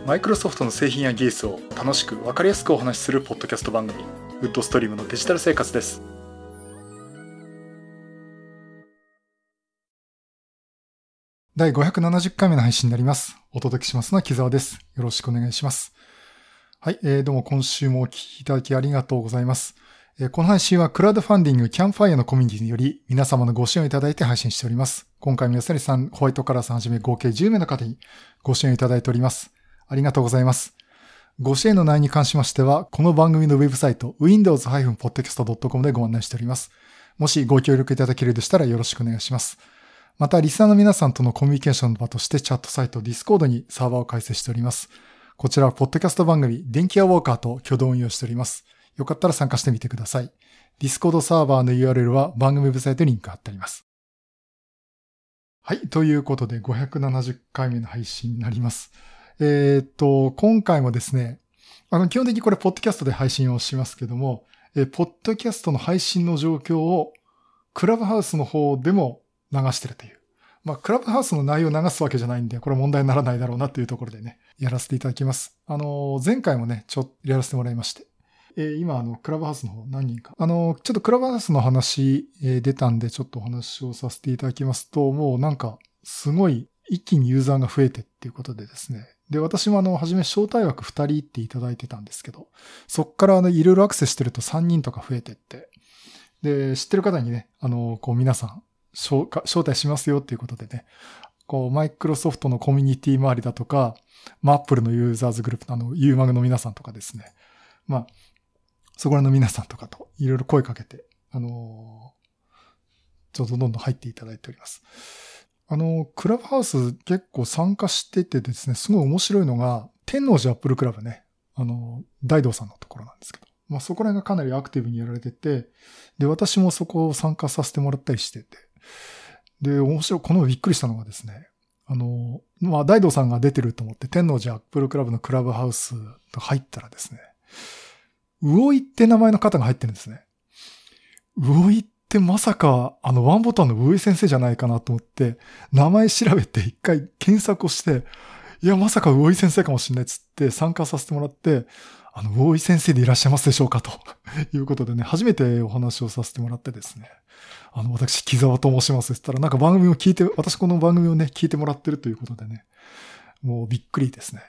マイクロソフトの製品や技術を楽しく分かりやすくお話しするポッドキャスト番組、ウッドストリームのデジタル生活です。 第570回目の配信になります。お届けしますのは木澤です。よろしくお願いします。はい、どうも今週もお聞きいただきありがとうございます。この配信はクラウドファンディングキャンファイアのコミュニティにより皆様のご支援をいただいて配信しております。今回も安成さん、ホワイトカラーさんはじめ合計10名の方にご支援をいただいております。ありがとうございます。ご支援の内容に関しましては、この番組のウェブサイト windows-podcast.com でご案内しております。もしご協力いただけるでしたらよろしくお願いします。また、リスナーの皆さんとのコミュニケーションの場としてチャットサイト Discord にサーバーを開設しております。こちらはポッドキャスト番組電気屋ウォーカーと共同運用しております。よかったら参加してみてください。Discord サーバーの URL は番組ウェブサイトにリンク貼ってあります。はい。ということで570回目の配信になります。今回もですね、基本的にこれポッドキャストで配信をしますけども、ポッドキャストの配信の状況をクラブハウスの方でも流してるという。クラブハウスの内容を流すわけじゃないんで、これ問題にならないだろうなというところでね、やらせていただきます。前回もね、やらせてもらいまして。今、クラブハウスの方何人か。ちょっとクラブハウスの話、出たんで、ちょっとお話をさせていただきますと、もうなんか、すごい一気にユーザーが増えてっていうことでですね。で、私もはじめ招待枠2人っていただいてたんですけど、そっからいろいろアクセスしてると3人とか増えてって、で、知ってる方にね、皆さん、招待しますよっていうことでね、マイクロソフトのコミュニティ周りだとか、アップルのユーザーズグループのUMAGの皆さんとかですね、そこらの皆さんとかといろいろ声かけて、ちょっとどんどん入っていただいております。クラブハウス結構参加しててですね、すごい面白いのが、天王寺アップルクラブね、大道さんのところなんですけど、そこら辺がかなりアクティブにやられてて、で、私もそこを参加させてもらったりしてて、で、面白い、このびっくりしたのがですね、大道さんが出てると思って、天王寺アップルクラブのクラブハウスと入ったらですね、魚井って名前の方が入ってるんですね。魚井ってまさか、ワンボタンの魚井先生じゃないかなと思って、名前調べて一回検索をして、いや、まさか魚井先生かもしれないっつって参加させてもらって、魚井先生でいらっしゃいますでしょうかということでね、初めてお話をさせてもらってですね、私、木澤と申しますって言ったら、なんか番組を聞いて、私この番組をね、聞いてもらってるということでね、もうびっくりですね。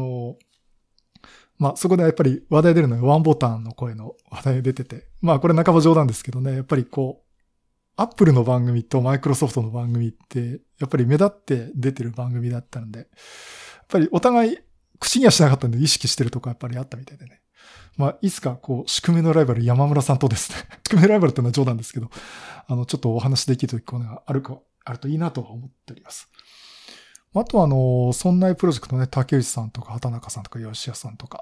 そこでやっぱり話題出るのはワンボタンの声の話題出てて、これ半ば冗談ですけどね、やっぱりアップルの番組とマイクロソフトの番組って、やっぱり目立って出てる番組だったので、やっぱりお互い口にはしなかったんで意識してるとこやっぱりあったみたいでね。いつか宿命のライバル山村さんとですね、宿命ライバルってのは冗談ですけど、ちょっとお話できるときがあるといいなとは思っております。あとはそんなプロジェクトね、竹内さんとか畑中さんとか吉谷さんとか、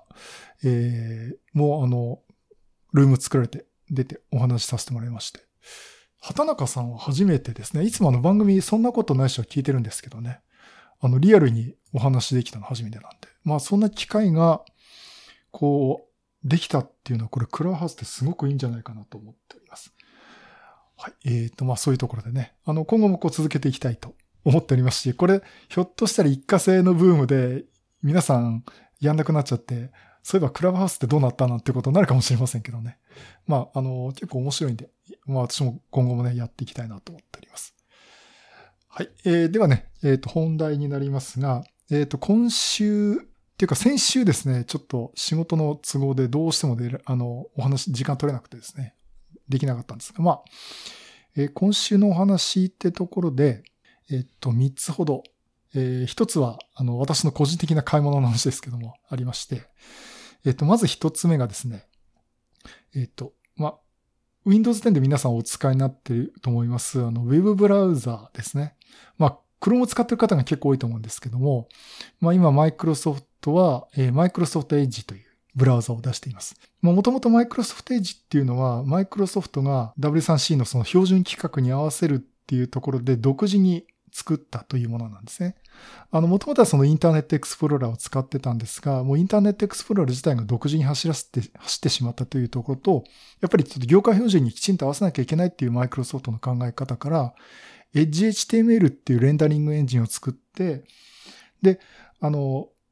もうルーム作られて出てお話しさせてもらいまして。畑中さんは初めてですね、いつも番組そんなことない人は聞いてるんですけどね、リアルにお話できたの初めてなんで、そんな機会が、できたっていうのはこれクラブハウスってすごくいいんじゃないかなと思っております。はい。そういうところでね、今後も続けていきたいと思っておりますし、これ、ひょっとしたら一過性のブームで、皆さんやんなくなっちゃって、そういえばクラブハウスってどうなったなんてことになるかもしれませんけどね。結構面白いんで、私も今後もね、やっていきたいなと思っております。はい。ではね、本題になりますが、今週、っていうか先週ですね、ちょっと仕事の都合でどうしてもお話、時間取れなくてですね、できなかったんですが、今週のお話ってところで、3つほど、1つは、私の個人的な買い物の話ですけども、ありまして、まず1つ目がですね、Windows 10で皆さんお使いになっていると思います、ウェブブラウザーですね。Chrome を使っている方が結構多いと思うんですけども、今、マイクロソフトは、マイクロソフトエッジというブラウザを出しています。もともとマイクロソフトエッジっていうのは、マイクロソフトが W3C のその標準規格に合わせるっていうところで独自に作ったというものなんですね。もともとはそのインターネットエクスプローラーを使ってたんですが、もうインターネットエクスプローラー自体が独自に走ってしまったというところと、やっぱりちょっと業界標準にきちんと合わせなきゃいけないっていうマイクロソフトの考え方から、Edge HTML っていうレンダリングエンジンを作って、で、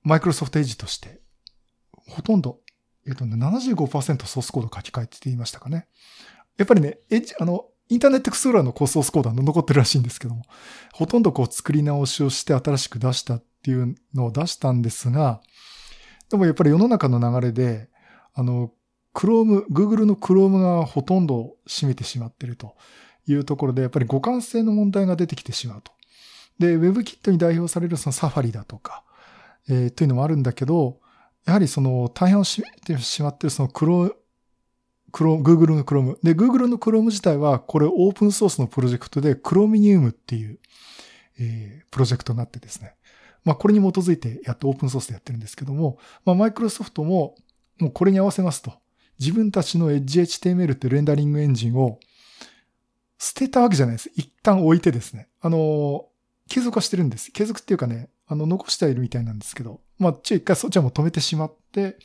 Microsoft Edge として、ほとんど、75% ソースコード書き換えて言いましたかね。やっぱりね、Edge、インターネットエクスプローラーのソースコードは残ってるらしいんですけども、ほとんど作り直しをして新しく出したっていうのを出したんですが、でもやっぱり世の中の流れで、Google の Chrome がほとんど占めてしまっているというところで、やっぱり互換性の問題が出てきてしまうと。で、WebKit に代表されるその Safari だとか、というのもあるんだけど、やはりその大半を占めてしまっているそのGoogle の Chrome。で、Google の Chrome 自体は、これオープンソースのプロジェクトで Chromium っていう、プロジェクトがあってですね。これに基づいてオープンソースでやってるんですけども、Microsoft もこれに合わせますと。自分たちの EdgeHTML っていうレンダリングエンジンを捨てたわけじゃないです。一旦置いてですね。継続はしてるんです。継続っていうかね、残してはいるみたいなんですけど、一回そっちはもう止めてしまって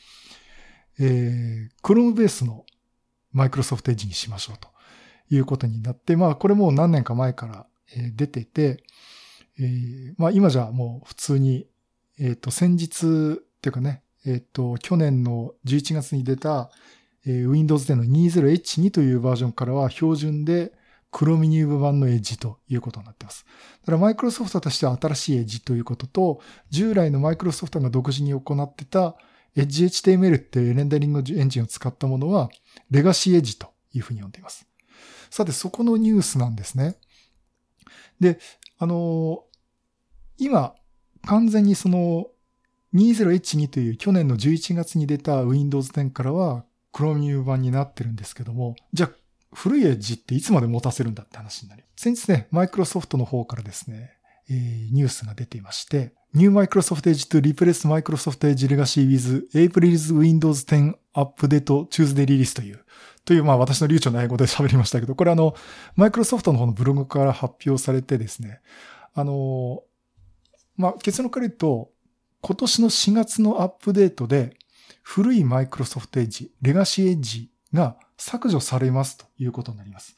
、Chrome ベースのMicrosoft Edge にしましょうということになって、これもう何年か前から出てて、今じゃもう普通に、先日っていうかね、去年の11月に出た、Windows 10の 20H2 というバージョンからは標準で Chromium 版の Edge ということになっています。だから Microsoft としては新しい Edge ということと、従来の Microsoft が独自に行ってた EdgeHTML っていうレンダリングエンジンを使ったものはレガシー Edge というふうに呼んでいます。さて、そこのニュースなんですね。で、今、完全にその 20H2 という去年の11月に出た Windows 10からは Chromium 版になってるんですけども、じゃあ古い Edge っていつまで持たせるんだって話になる。先日ね、Microsoft の方からですね、ニュースが出ていまして、New Microsoft Edge to replace Microsoft Edge Legacy with April's Windows 10 Update Tuesday Release という、私の流暢な英語で喋りましたけど、これMicrosoft の方のブログから発表されてですね、結論から言うと、今年の4月のアップデートで、古い Microsoft Edge、レガシー Edge が削除されますということになります。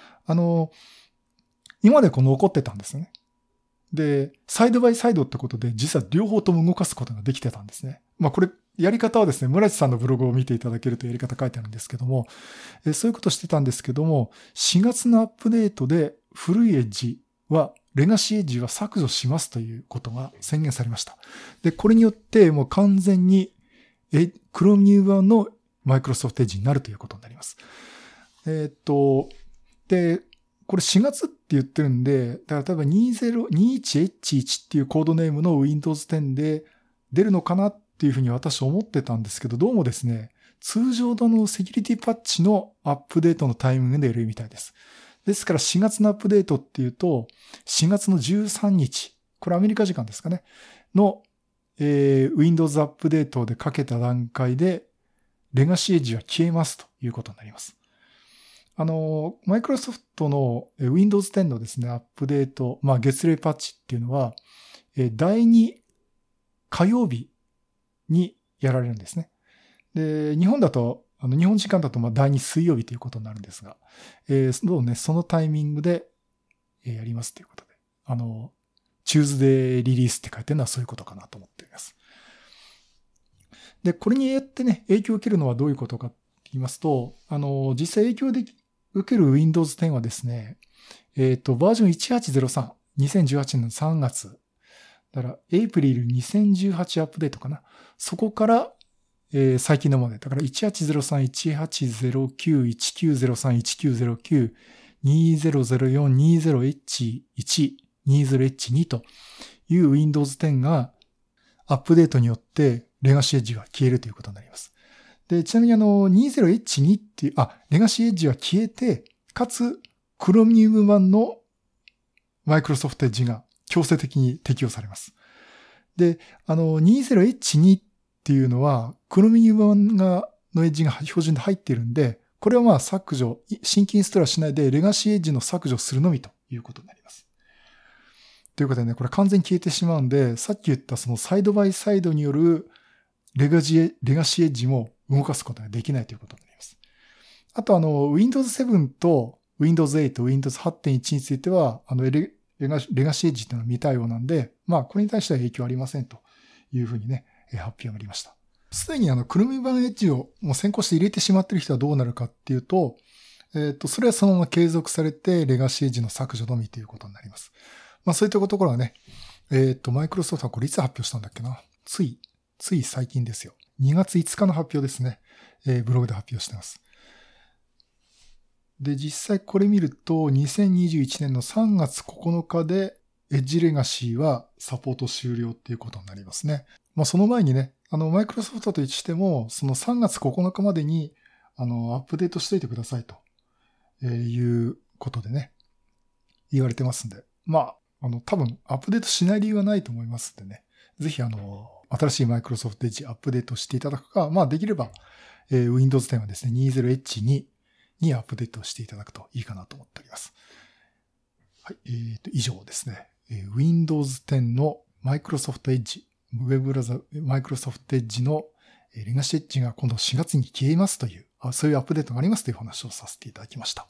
今まで残ってたんですね。で、サイドバイサイドってことで、実は両方とも動かすことができてたんですね。これ、やり方はですね、村地さんのブログを見ていただけるとやり方書いてあるんですけども、そういうことしてたんですけども、4月のアップデートで古いエッジは、レガシーエッジは削除しますということが宣言されました。で、これによってもう完全に、Chromium 版の Microsoft Edge になるということになります。で、これ4月って言ってるんで、だから例えば 21H1 っていうコードネームの Windows 10で出るのかなっていうふうに私は思ってたんですけど、どうもですね、通常のセキュリティパッチのアップデートのタイミングでやるみたいです。ですから4月のアップデートっていうと、4月の13日、これアメリカ時間ですかね、の、Windows アップデートでかけた段階で、レガシーエッジは消えますということになります。マイクロソフトの Windows 10のですね、アップデート、月例パッチっていうのは、第2火曜日にやられるんですね。で、日本だと、日本時間だと第2水曜日ということになるんですが、そのタイミングでやりますということで、チューズデーリリースって書いてるのはそういうことかなと思っています。で、これによってね、影響を受けるのはどういうことかって言いますと、実際影響で受ける Windows 10はですね、バージョン1803、2018年の3月、だから、エイプリル2018アップデートかな。そこから、最近のもので、だから1803、1809、1903、1909、2004、20H1、20H2 という Windows 10がアップデートによってレガシーエッジが消えるということになります。で、ちなみに20H2 っていう、レガシーエッジは消えて、かつ、Chromium 版の Microsoft Edge が強制的に適用されます。で、20H2 っていうのは、Chromium 版のエッジが標準で入っているんで、これは削除、新規インストールはしないで、レガシーエッジの削除をするのみということになります。ということでね、これ完全に消えてしまうんで、さっき言ったそのサイドバイサイドによるレガシーエッジも動かすことができないということになります。あとWindows 7と Windows 8、Windows 8.1 については、レガシーエッジっていうのは見たようなんで、これに対しては影響ありませんというふうにね、 発表がありました。すでにChrome版エッジをもう先行して入れてしまっている人はどうなるかっていうと、それはそのまま継続されて、レガシーエッジの削除のみということになります。そういったところはね、マイクロソフトはこれいつ発表したんだっけな。つい最近ですよ。2月5日の発表ですね。ブログで発表してます。で、実際これ見ると、2021年の3月9日で、エッジレガシーはサポート終了っていうことになりますね。その前にね、マイクロソフトとしても、その3月9日までに、アップデートしといてくださいと、いうことでね、言われてますんで。多分、アップデートしない理由はないと思いますんでね。ぜひ、新しいマイクロソフトエッジアップデートしていただくか、できれば、Windows 10はですね、20H にアップデートしていただくといいかなと思っております。はい。以上ですね。Windows 10のマイクロソフトエッジ、ウェブブラウザマイクロソフトエッジのレガシーエッジが今度4月に消えますという、そういうアップデートがありますという話をさせていただきました。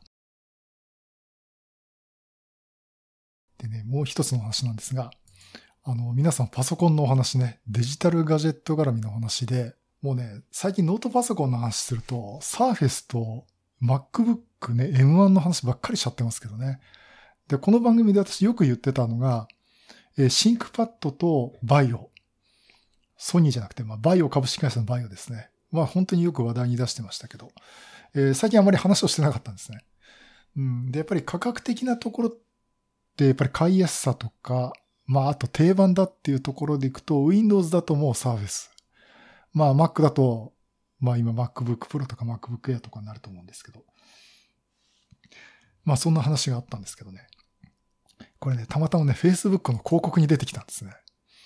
でね、もう一つの話なんですが、皆さんパソコンのお話ね、デジタルガジェット絡みのお話で、もうね、最近ノートパソコンの話すると、Surface と MacBook ね、M1 の話ばっかりしちゃってますけどね。で、この番組で私よく言ってたのが、シンクパッドとバイオ。ソニーじゃなくて、バイオ株式会社のバイオですね。本当によく話題に出してましたけど、最近あまり話をしてなかったんですね。で、やっぱり価格的なところって、やっぱり買いやすさとか、あと定番だっていうところでいくと、Windows だともう Surface。Mac だと、今 MacBook Pro とか MacBook Air とかになると思うんですけど。そんな話があったんですけどね。これね、たまたまね、Facebook の広告に出てきたんですね。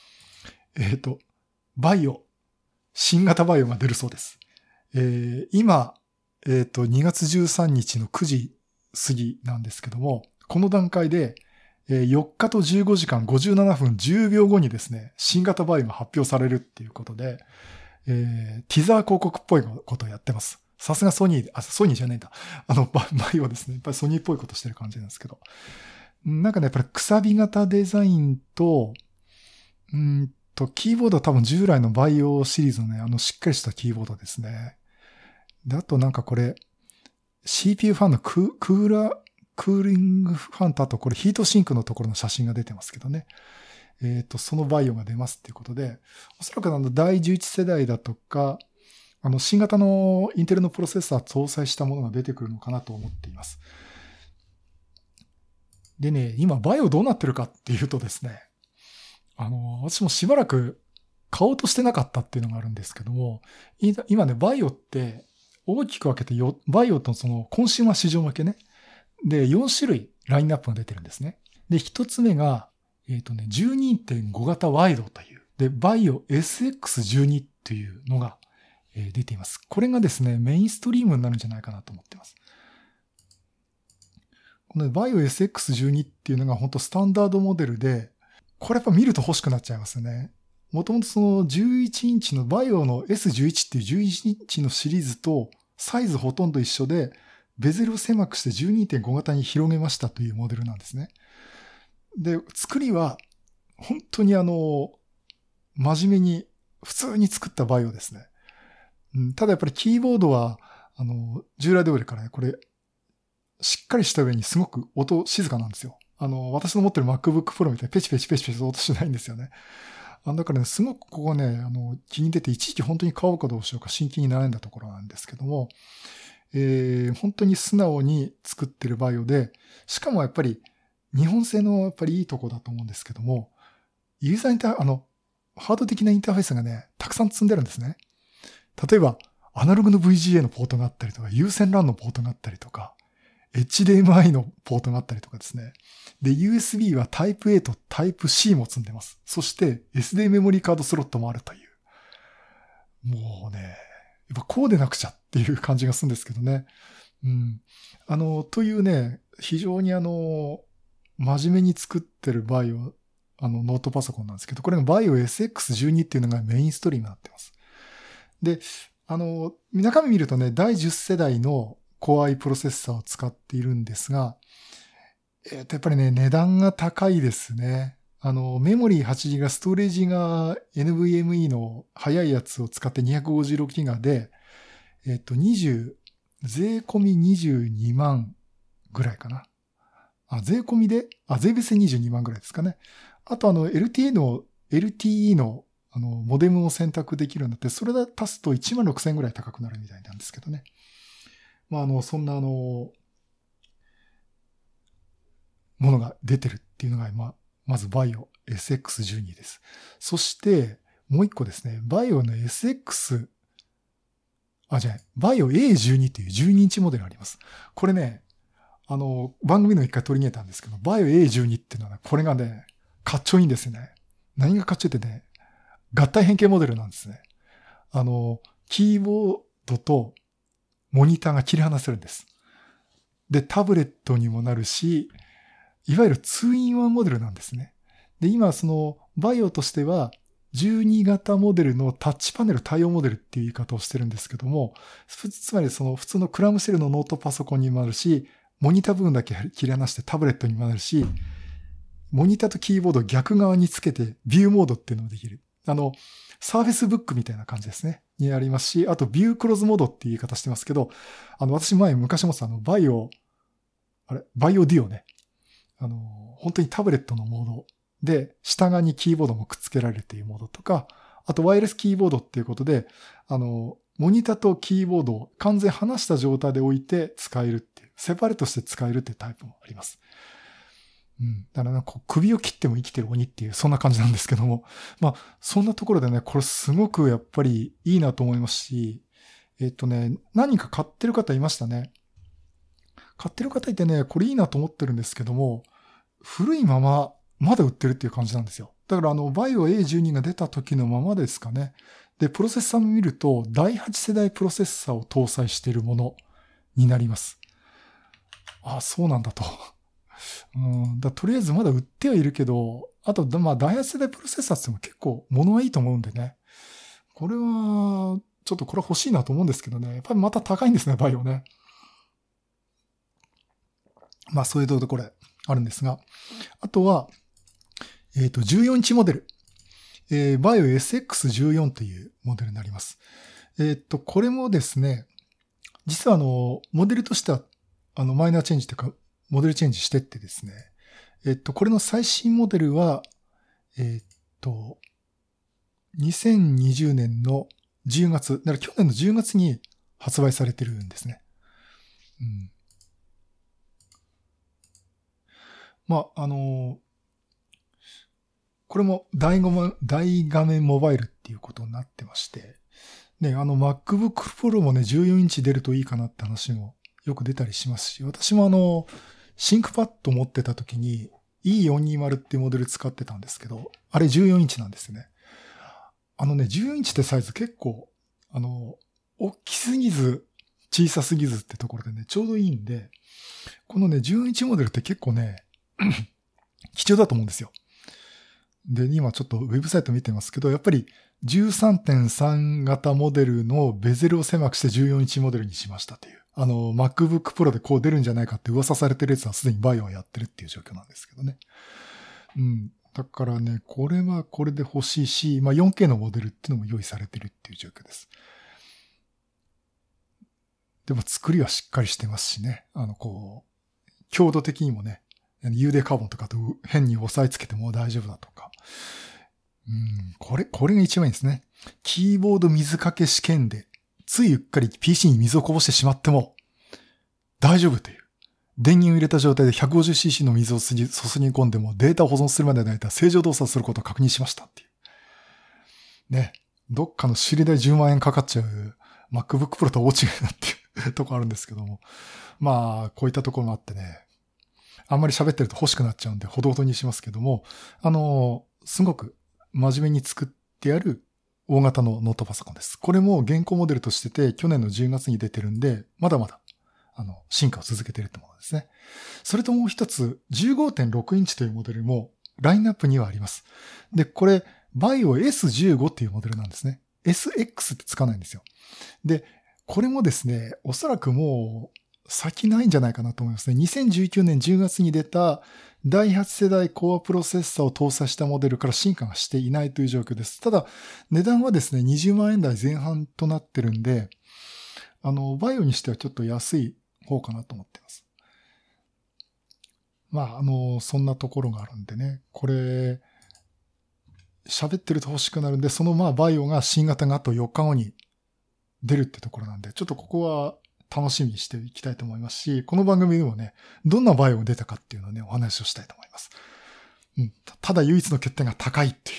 バイオ、新型バイオが出るそうです。今、2月13日の9時過ぎなんですけども、この段階で、4日と15時間57分10秒後にですね、新型バイオが発表されるっていうことで、ティザー広告っぽいことをやってます。さすがソニー、ソニーじゃないんだ。バイオですね。やっぱりソニーっぽいことしてる感じなんですけど。なんかね、やっぱりくさび型デザインと、キーボードは多分従来のバイオシリーズのね、しっかりしたキーボードですね。で、あとなんかこれ、CPU ファンのクーリングファンとあとこれヒートシンクのところの写真が出てますけどね。そのバイオが出ますっていうことで、おそらく第11世代だとか、新型のインテルのプロセッサー搭載したものが出てくるのかなと思っています。でね、今バイオどうなってるかっていうとですね、私もしばらく買おうとしてなかったっていうのがあるんですけども、今ね、バイオって大きく分けてバイオとそのコンシューマー市場向けね、で、4種類ラインナップが出てるんですね。で、一つ目が、12.5 型ワイドという、で、バイオ SX12 というのが、出ています。これがですね、メインストリームになるんじゃないかなと思っています。このバイオ SX12 っていうのが本当スタンダードモデルで、これやっぱ見ると欲しくなっちゃいますね。もともとその11インチのバイオの S11 っていう11インチのシリーズとサイズほとんど一緒で、ベゼルを狭くして 12.5 型に広げましたというモデルなんですね。で、作りは本当に真面目に普通に作ったバイオですね。ただやっぱりキーボードは従来通りからね、これしっかりした上にすごく音静かなんですよ。私の持ってる MacBook Pro みたいにペチペチペチペチ音しないんですよね。だからね、すごくここね、気に出て一時期本当に買おうかどうしようか真剣に悩んだところなんですけども、本当に素直に作ってるバイオで、しかもやっぱり日本製のやっぱりいいとこだと思うんですけども、ユーザーハード的なインターフェースがね、たくさん積んでるんですね。例えば、アナログの VGA のポートがあったりとか、有線 LAN のポートがあったりとか、HDMI のポートがあったりとかですね。で、USB は Type A と Type C も積んでます。そして SD メモリーカードスロットもあるという。もうね、やっぱこうでなくちゃっていう感じがするんですけどね。というね、非常に真面目に作ってるバイオ、ノートパソコンなんですけど、これがバイオ SX12 っていうのがメインストリームになってます。で、中身見るとね、第10世代のCore i プロセッサーを使っているんですが、やっぱりね、値段が高いですね。 メモリー 8GB、ストレージが NVMe の速いやつを使って 256GB で、税込み22万ぐらいかな。税込みで、税別で22万ぐらいですかね。あとLTE のモデムを選択できるようになって、それで足すと16,000円ぐらい高くなるみたいなんですけどね。そんなものが出てるっていうのが、まずバイオ SX12 です。そして、もう一個ですね、バイオの SX、バイオ A12 っていう12インチモデルあります。これね、番組の一回取り入れたんですけど、バイオ A12 っていうのは、これがね、かっちょいいんですよね。何がかっちょいいってね、合体変形モデルなんですね。キーボードとモニターが切り離せるんです。で、タブレットにもなるし、いわゆる 2-in-1 モデルなんですね。で、今、バイオとしては、12型モデルのタッチパネル対応モデルっていう言い方をしてるんですけども、つまり普通のクラムシェルのノートパソコンにもなるし、モニター部分だけ切り離してタブレットにもなるし、モニターとキーボードを逆側につけてビューモードっていうのもできる。サーフェスブックみたいな感じですね。にありますし、あとビュークローズモードっていう言い方してますけど、私昔もバイオディオね。本当にタブレットのモードで、下側にキーボードもくっつけられるっていうモードとか、あとワイヤレスキーボードっていうことで、モニターとキーボードを完全離した状態で置いて使えるっていう、セパレートして使えるっていうタイプもあります。だから首を切っても生きてる鬼っていう、そんな感じなんですけども。そんなところでね、これすごくやっぱりいいなと思いますし、何人か買ってる方いましたね。買ってる方いてね、これいいなと思ってるんですけども、古いまま、まだ売ってるっていう感じなんですよ。だからバイオ A12 が出た時のままですかね。で、プロセッサーも見ると、第8世代プロセッサーを搭載しているものになります。そうなんだと。とりあえずまだ売ってはいるけど、あと、第8世代プロセッサーっても結構物はいいと思うんでね。これは、ちょっとこれ欲しいなと思うんですけどね。やっぱりまた高いんですね、バイオね。そういうところであるんですが。あとは、14インチモデル。バイオ SX14 というモデルになります。これもですね、実はモデルとしては、マイナーチェンジというか、モデルチェンジしてってですね。これの最新モデルは、2020年の10月、だから去年の10月に発売されてるんですね。これも大画面モバイルっていうことになってまして、ね、MacBook Pro もね、14インチ出るといいかなって話もよく出たりしますし、私もシンクパッド持ってた時に E420 っていうモデル使ってたんですけど、あれ14インチなんですね。14インチってサイズ結構、大きすぎず、小さすぎずってところでね、ちょうどいいんで、このね、14インチモデルって結構ね、貴重だと思うんですよ。で、今ちょっとウェブサイト見てますけど、やっぱり 13.3 型モデルのベゼルを狭くして14インチモデルにしましたという。MacBook Pro でこう出るんじゃないかって噂されてるやつはすでにバイオはやってるっていう状況なんですけどね。だからね、これはこれで欲しいし、4K のモデルっていうのも用意されてるっていう状況です。でも作りはしっかりしてますしね。強度的にもね、UD カーボンとかと変に押さえつけても大丈夫だとか。これが一番いいですね。キーボード水かけ試験で、ついうっかり PC に水をこぼしてしまっても、大丈夫という。電源を入れた状態で 150cc の水を注ぎ込んでもデータを保存するまでの間正常動作することを確認しましたっていう。ね。どっかの修理代10万円かかっちゃう MacBook Pro と大違いだっていうとこあるんですけども。こういったところもあってね。あんまり喋ってると欲しくなっちゃうんで、ほどほどにしますけども、すごく真面目に作ってある大型のノートパソコンです。これも現行モデルとしてて、去年の10月に出てるんで、まだまだ、進化を続けているってものですね。それともう一つ、15.6 インチというモデルも、ラインナップにはあります。で、これ、バイオ S15 っていうモデルなんですね。SX ってつかないんですよ。で、これもですね、おそらくもう、 先ないんじゃないかなと思いますね。2019年10月に出た第8世代コアプロセッサーを搭載したモデルから進化がしていないという状況です。ただ、値段はですね、20万円台前半となってるんで、バイオにしてはちょっと安い方かなと思っています。まあ、そんなところがあるんでね、これ、喋ってると欲しくなるんで、そのバイオが新型があと4日後に出るってところなんで、ちょっとここは楽しみにしていきたいと思いますし、この番組でもね、どんなバイオが出たかっていうのをね、お話をしたいと思います。ただ唯一の欠点が高いっていう、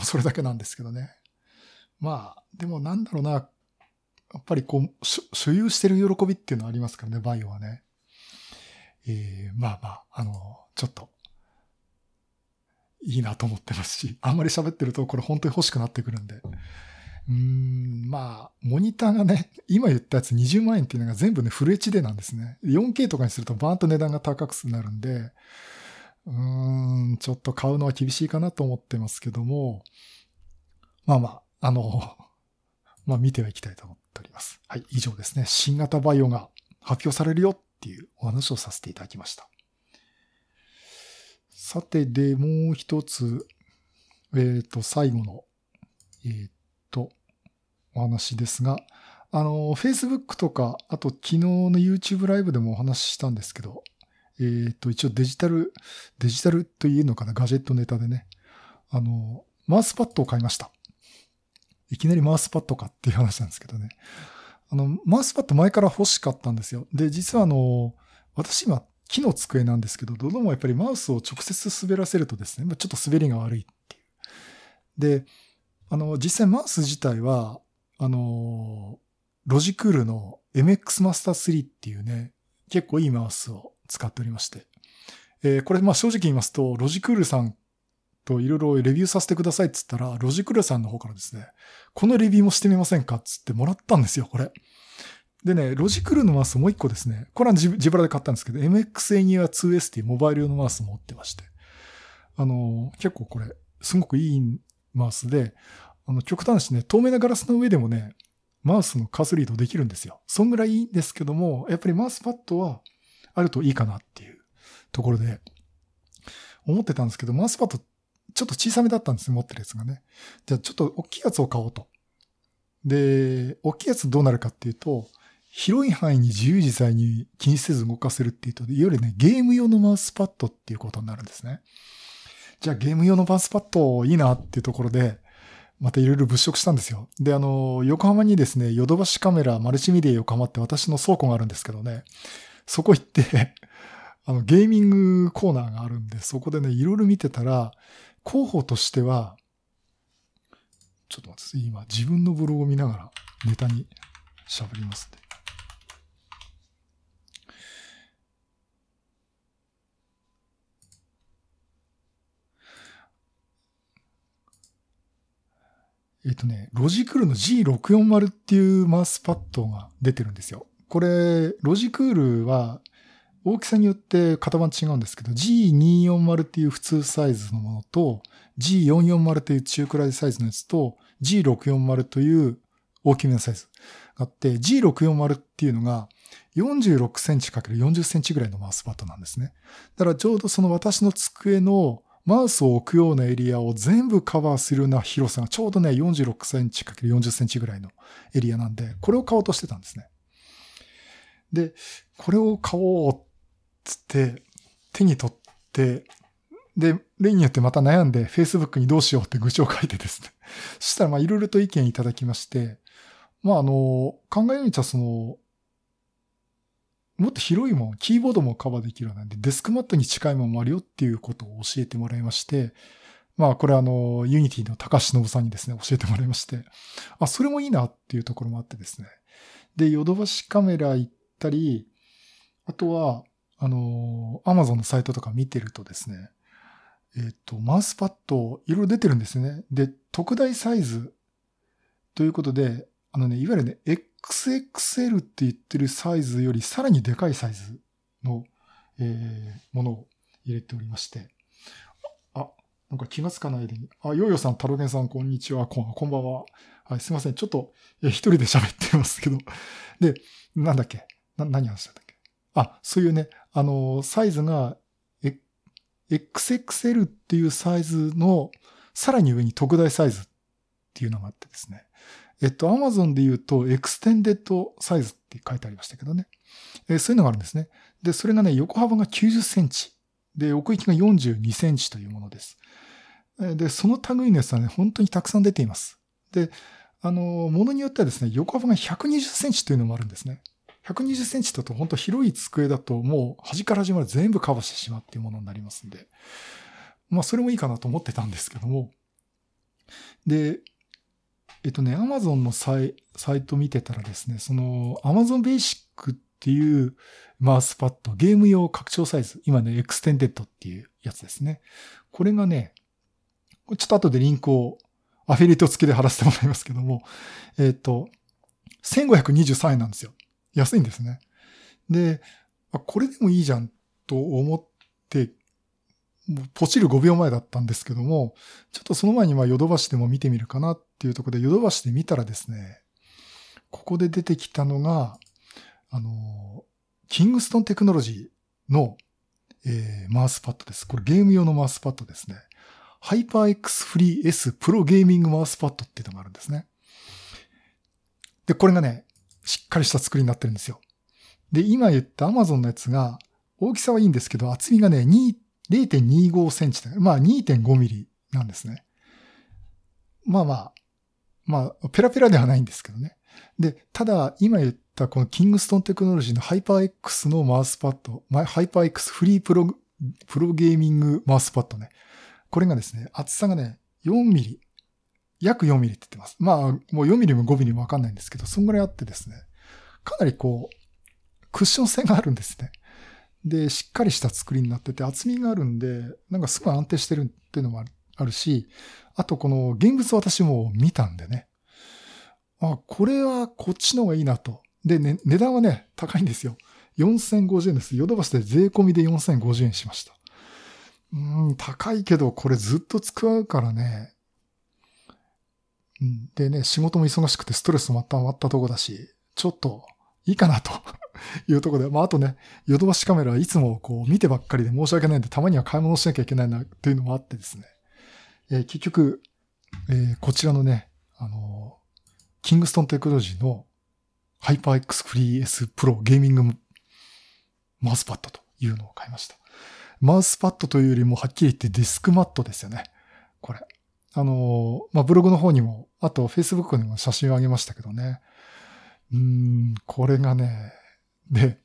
それだけなんですけどね。でもなんだろうな、やっぱり所有してる喜びっていうのはありますからね、バイオはね。ちょっと、いいなと思ってますし、あんまり喋ってるとこれ本当に欲しくなってくるんで。モニターがね、今言ったやつ20万円っていうのが全部ね、フル HD なんですね。4K とかにするとバーンと値段が高くなるんで、ちょっと買うのは厳しいかなと思ってますけども、見てはいきたいと思っております。はい、以上ですね。新型バイオが発表されるよっていうお話をさせていただきました。さて、で、もう一つ、最後の、お話ですが、Facebook とか、あと昨日の YouTube ライブでもお話ししたんですけど、一応デジタルというのかな、ガジェットネタでね、マウスパッドを買いました。いきなりマウスパッドかっていう話なんですけどね。マウスパッド前から欲しかったんですよ。で、実は私今、木の机なんですけど、どうもやっぱりマウスを直接滑らせるとですね、ちょっと滑りが悪いっていう。で、実際マウス自体は、ロジクールの MX マスター3っていうね、結構いいマウスを使っておりまして。これ正直言いますと、ロジクールさんといろいろレビューさせてくださいって言ったら、ロジクールさんの方からですね、このレビューもしてみませんかって言ってもらったんですよ、これ。でね、ロジクールのマウスもう一個ですね、これは自腹で買ったんですけど、MX エニア 2S っていうモバイル用のマウスも持ってまして。結構これ、すごくいいマウスで、極端しね、透明なガラスの上でもね、マウスのカーソルリードできるんですよ。そんぐらいいいんですけども、やっぱりマウスパッドはあるといいかなっていうところで、思ってたんですけど、マウスパッドちょっと小さめだったんですね、持ってるやつがね。じゃあちょっと大きいやつを買おうと。で、大きいやつどうなるかっていうと、広い範囲に自由自在に気にせず動かせるっていうと、いわゆるね、ゲーム用のマウスパッドっていうことになるんですね。じゃあゲーム用のマウスパッドいいなっていうところで、またいろいろ物色したんですよ。で、横浜にですね、ヨドバシカメラマルチメディア横浜って私の倉庫があるんですけどね、そこ行って、ゲーミングコーナーがあるんで、そこでね、いろいろ見てたら、候補としては、ちょっと待ってください。今、自分のブログを見ながらネタに喋りますね。ロジクールの G640 っていうマウスパッドが出てるんですよ。これ、ロジクールは大きさによって型番違うんですけど、G240 っていう普通サイズのものと、G440 という中くらいサイズのやつと、G640 という大きめのサイズがあって、G640 っていうのが46センチ ×40 センチぐらいのマウスパッドなんですね。だからちょうどその私の机のマウスを置くようなエリアを全部カバーするような広さがちょうどね、46センチ ×40 センチぐらいのエリアなんで、これを買おうとしてたんですね。で、これを買おうっつって手に取って、で、例によってまた悩んで Facebook にどうしようって愚痴を書いてですね。そしたらいろいろと意見いただきまして、考えみちゃもっと広いもん、キーボードもカバーできるようなんで、デスクマットに近いものもあるよっていうことを教えてもらいまして、これユニティの高橋信さんにですね、教えてもらいまして、それもいいなっていうところもあってですね。で、ヨドバシカメラ行ったり、あとは、Amazon のサイトとか見てるとですね、マウスパッド、いろいろ出てるんですね。で、特大サイズということで、いわゆるね、XXL って言ってるサイズよりさらにでかいサイズの、ものを入れておりまして。なんか気がつかないでに。ヨーヨーさん、タロゲンさん、こんにちは。こんばんは。はい、すいません。ちょっと、一人で喋ってますけど。で、なんだっけ。 何話したんだっけ。そういうね、サイズが、XXL っていうサイズの、さらに上に特大サイズっていうのがあってですね。Amazon で言うと、エクステンデッドサイズって書いてありましたけどね。そういうのがあるんですね。で、それがね、横幅が90センチ。で、奥行きが42センチというものです。で、その類のやつはね、本当にたくさん出ています。で、ものによってはですね、横幅が120センチというのもあるんですね。120センチだと本当広い机だともう端から端まで全部カバーしてしまうっていうものになりますんで。まあ、それもいいかなと思ってたんですけども。で、Amazon のサイト見てたらですね、Amazon Basic っていうマウスパッド、ゲーム用拡張サイズ、今ね、エクステンデッドっていうやつですね。これがね、ちょっと後でリンクをアフィリエイト付きで貼らせてもらいますけども、1523円なんですよ。安いんですね。で、これでもいいじゃんと思って、もうポチる5秒前だったんですけども、ちょっとその前にヨドバシでも見てみるかなっていうところで、ヨドバシで見たらですね、ここで出てきたのが、キングストンテクノロジーの、マウスパッドです。これゲーム用のマウスパッドですね。ハイパー X フリー S プロゲーミングマウスパッドっていうのがあるんですね。で、これがね、しっかりした作りになってるんですよ。で、今言った Amazon のやつが、大きさはいいんですけど、厚みがね、0.25 センチだ。2.5 ミリなんですね。ペラペラではないんですけどね。で、ただ、今言ったこのキングストンテクノロジーのハイパー X のマウスパッド、ハイパー X フリープロゲーミングマウスパッドね。これがですね、厚さがね、4ミリ。約4ミリって言ってます。もう4ミリも5ミリもわかんないんですけど、そんぐらいあってですね、かなりクッション性があるんですね。で、しっかりした作りになってて、厚みがあるんで、なんかすごい安定してるっていうのもあるし、あとこの現物私も見たんでね。これはこっちの方がいいなと。で、ね、値段はね、高いんですよ。4050円です。ヨドバシで税込みで4050円しました。高いけど、これずっと使うからね。でね、仕事も忙しくてストレスも溜まったとこだし、ちょっといいかなというところで、あとね、ヨドバシカメラはいつも見てばっかりで申し訳ないんで、たまには買い物しなきゃいけないなっていうのもあってですね。結局、こちらのね、キングストンテクノロジーのハイパー X フリー S プロゲーミングマウスパッドというのを買いました。マウスパッドというよりもはっきり言ってディスクマットですよね。これ。ブログの方にも、あと Facebook にも写真をあげましたけどね。これがね、で、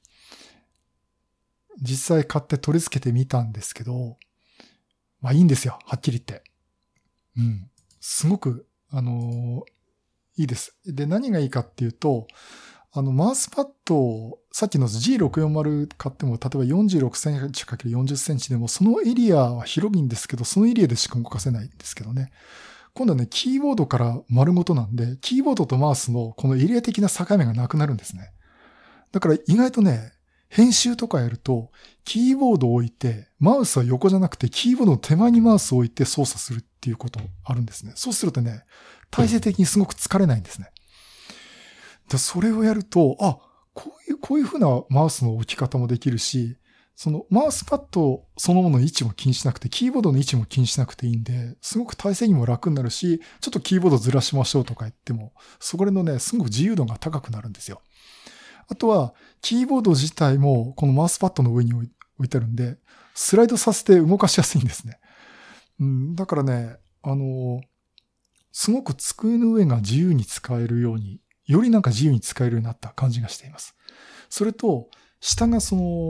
実際買って取り付けてみたんですけど、いいんですよ。はっきり言って。すごく、いいです。で、何がいいかっていうと、マウスパッドを、さっきの G640 買っても、例えば46センチ ×40 センチでも、そのエリアは広いんですけど、そのエリアでしか動かせないんですけどね。今度はね、キーボードから丸ごとなんで、キーボードとマウスのこのエリア的な境目がなくなるんですね。だから意外とね、編集とかやると、キーボードを置いて、マウスは横じゃなくて、キーボードの手前にマウスを置いて操作するっていうことあるんですね。そうするとね、体制的にすごく疲れないんですね。でそれをやると、こういう風なマウスの置き方もできるし、そのマウスパッドそのものの位置も気にしなくて、キーボードの位置も気にしなくていいんで、すごく体勢にも楽になるし、ちょっとキーボードずらしましょうとか言っても、そこのね、すごく自由度が高くなるんですよ。あとは、キーボード自体もこのマウスパッドの上に置いてあるんで、スライドさせて動かしやすいんですね。だからね、すごく机の上が自由に使えるように、よりなんか自由に使えるようになった感じがしています。それと、下が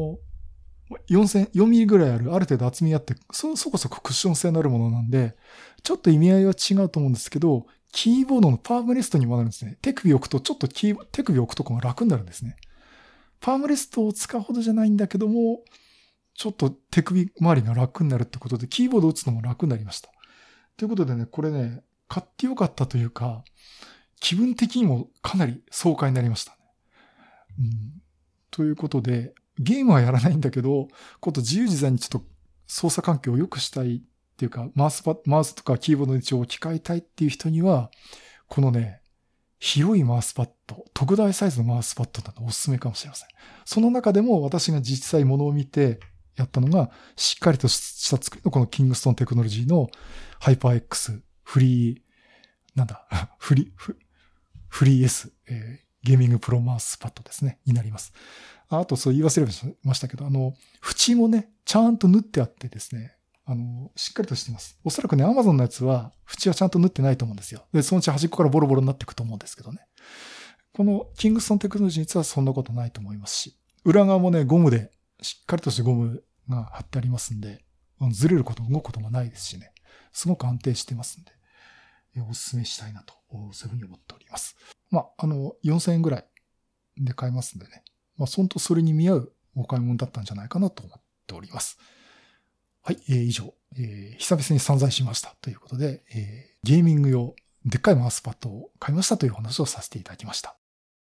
4ミリぐらいある程度厚みあって、そこそこクッション性のあるものなんで、ちょっと意味合いは違うと思うんですけど、キーボードのパームレストにもなるんですね。手首を置くとちょっと手首を置くとこが楽になるんですね。パームレストを使うほどじゃないんだけども、ちょっと手首周りが楽になるってことで、キーボードを打つのも楽になりました。ということでね、これね、買ってよかったというか、気分的にもかなり爽快になりましたね。ということで、ゲームはやらないんだけど、こと自由自在にちょっと操作環境を良くしたいっていうか、マウスとかキーボードの位置を置き換えたいっていう人には、このね、 広いマウスパッド、特大サイズのマウスパッドなのおすすめかもしれません。その中でも私が実際ものを見てやったのが、しっかりとした作りのこのキングストンテクノロジーのハイパー X フリー、フリー S、ゲーミングプロマウスパッドですね、になります。あとそう言い忘れましたけど、縁もね、ちゃんと縫ってあってですね、しっかりとしています。おそらくね、Amazon のやつは、縁はちゃんと縫ってないと思うんですよ。で、そのうち端っこからボロボロになっていくと思うんですけどね。このキングストンテクノロジーについてはそんなことないと思いますし、裏側もね、ゴムで、しっかりとしたゴムが貼ってありますんで、ずれること、動くこともないですしね。すごく安定してますんで、おすすめしたいなと、そういうふうに思っております。4000円ぐらいで買えますんでね。本当それに見合うお買い物だったんじゃないかなと思っております。はい、以上、久々に散財しましたということで、ゲーミング用でっかいマウスパッドを買いましたという話をさせていただきました。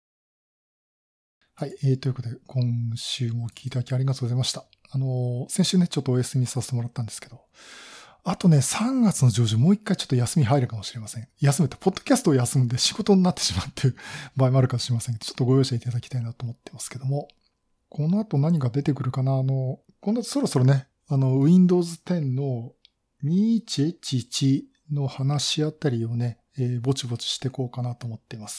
はい、ということで今週も聞いていただきありがとうございました。先週ねちょっとお休みさせてもらったんですけど、あとね3月の上旬もう一回ちょっと休み入るかもしれません。休むってポッドキャストを休んで仕事になってしまうっていう場合もあるかもしれませんけど、ちょっとご容赦いただきたいなと思ってますけども、この後何が出てくるかな。この後そろそろねWindows 10の2111の話あたりをね、ぼちぼちしていこうかなと思っています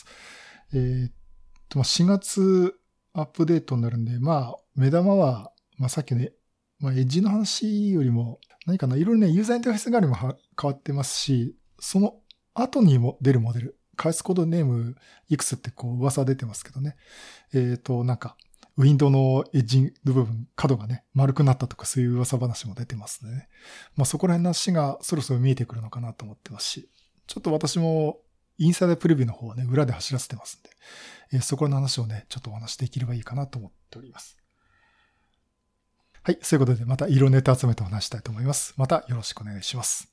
。4月アップデートになるんで、目玉は、さっきね、エッジの話よりも、何かな、いろいろね、ユーザーインターフェース側にも変わってますし、その後にも出るモデル、開発コードネームいくつって噂出てますけどね。ウィンドウのエッジの部分、角がね、丸くなったとかそういう噂話も出てますね。そこら辺の話がそろそろ見えてくるのかなと思ってますし、ちょっと私もインサイダープレビューの方はね、裏で走らせてますんで、そこの話をね、ちょっとお話できればいいかなと思っております。はい、そういうことでまた色ネタ集めてお話したいと思います。またよろしくお願いします。